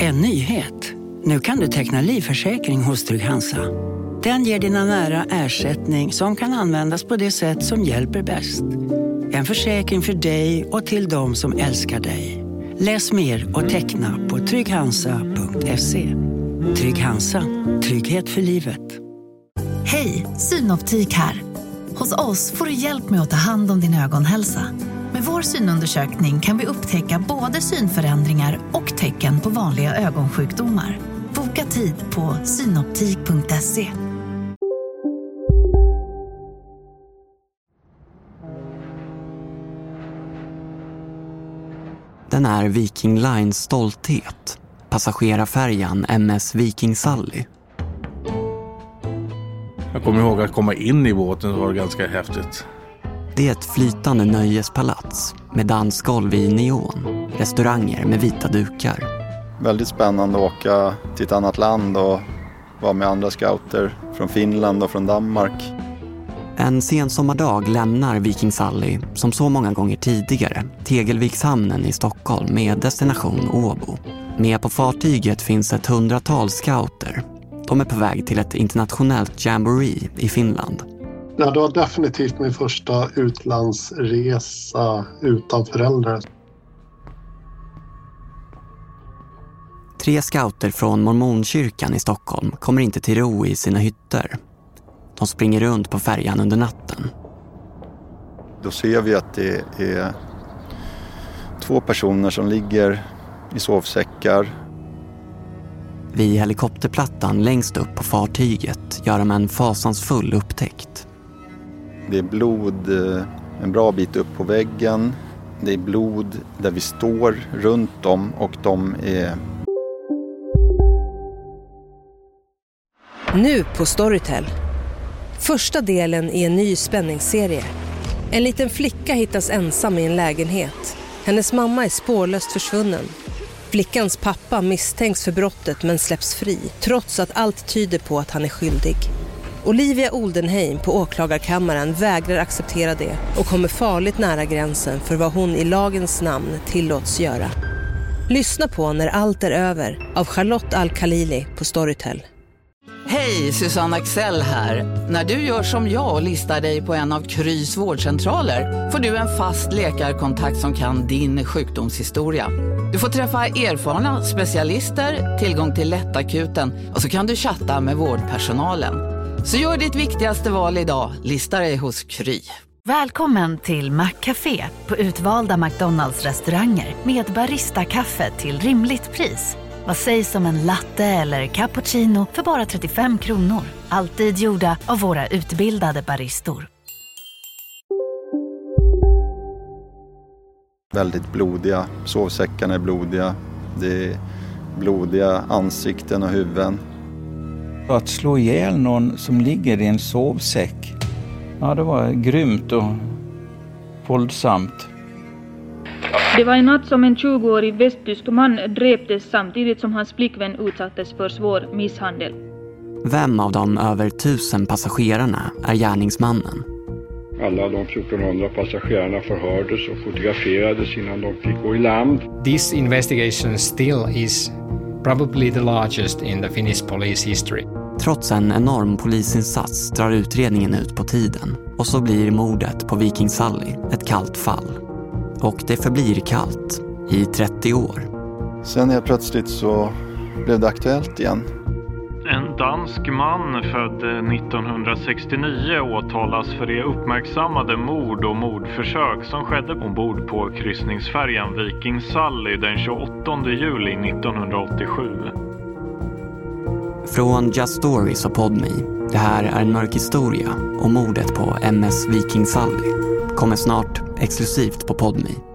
En nyhet. Nu kan du teckna livförsäkring hos Trygg-Hansa. Den ger dina nära ersättning som kan användas på det sätt som hjälper bäst. En försäkring för dig och till de som älskar dig. Läs mer och teckna på trygghansa.se. Trygg-Hansa. Trygghet för livet. Hej, Synoptik här. Hos oss får du hjälp med att ta hand om din ögonhälsa. Med vår synundersökning kan vi upptäcka både synförändringar och tecken på vanliga ögonsjukdomar. Boka tid på synoptik.se. Den är Viking Lines stolthet. Passagerarfärjan MS Viking Sally. Jag kommer ihåg att komma in i båten, var ganska häftigt. Det är ett flytande nöjespalats med dansgolv i neon, restauranger med vita dukar. Väldigt spännande att åka till ett annat land och vara med andra scouter från Finland och från Danmark. En sen sommardag lämnar Viking Sally, som så många gånger tidigare, Tegelvikshamnen i Stockholm med destination Åbo. Med på fartyget finns ett 100-tal scouter. De är på väg till ett internationellt jamboree i Finland. Ja, det var definitivt min första utlandsresa utan föräldrar. 3 scouter från Mormonkyrkan i Stockholm kommer inte till ro i sina hytter. De springer runt på färjan under natten. Då ser vi att det är 2 personer som ligger i sovsäckar. Vid helikopterplattan längst upp på fartyget gör de en fasansfull upptäckt. Det är blod en bra bit upp på väggen. Det är blod där vi står runt dem och de är... Nu på Storytel. Första delen i en ny spänningsserie. En liten flicka hittas ensam i en lägenhet. Hennes mamma är spårlöst försvunnen. Flickans pappa misstänks för brottet men släpps fri, trots att allt tyder på att han är skyldig. Olivia Oldenheim på åklagarkammaren vägrar acceptera det och kommer farligt nära gränsen för vad hon i lagens namn tillåts göra. Lyssna på När allt är över av Charlotte Al-Khalili på Storytel. Hej, Susanne Axel här. När du gör som jag och listar dig på en av Krys vårdcentraler får du en fast läkarkontakt som kan din sjukdomshistoria. Du får träffa erfarna specialister, tillgång till lättakuten och så kan du chatta med vårdpersonalen. Så gör ditt viktigaste val idag, lista dig hos Kry. Välkommen till McCafé på utvalda McDonalds-restauranger med barista-kaffe till rimligt pris. Vad sägs om en latte eller cappuccino för bara 35 kronor? Alltid gjorda av våra utbildade baristor. Väldigt blodiga. Sovsäckarna är blodiga. Det är blodiga ansikten och huvuden. Att slå ihjäl någon som ligger i en sovsäck, ja, det var grymt och våldsamt. Det var en natt som en 20-årig västtysk man dräptes samtidigt som hans flickvän utsattes för svår misshandel. Vem av de över 1000 passagerarna är gärningsmannen? Alla de 1400 passagerarna förhördes och fotograferades innan de fick gå i land. This investigation still is probably the largest in the Finnish police history. Trots en enorm polisinsats drar utredningen ut på tiden och så blir mordet på Viking Sally ett kallt fall. Och det förblir kallt i 30 år. Sen helt plötsligt så blev det aktuellt igen. En dansk man född 1969 åtalas för det uppmärksammade mord och mordförsök som skedde ombord på kryssningsfärjan Viking Sally den 28 juli 1987. Från Just Stories och Podme, det här är en mörk historia om mordet på MS Viking Sally. Kommer snart exklusivt på Podme.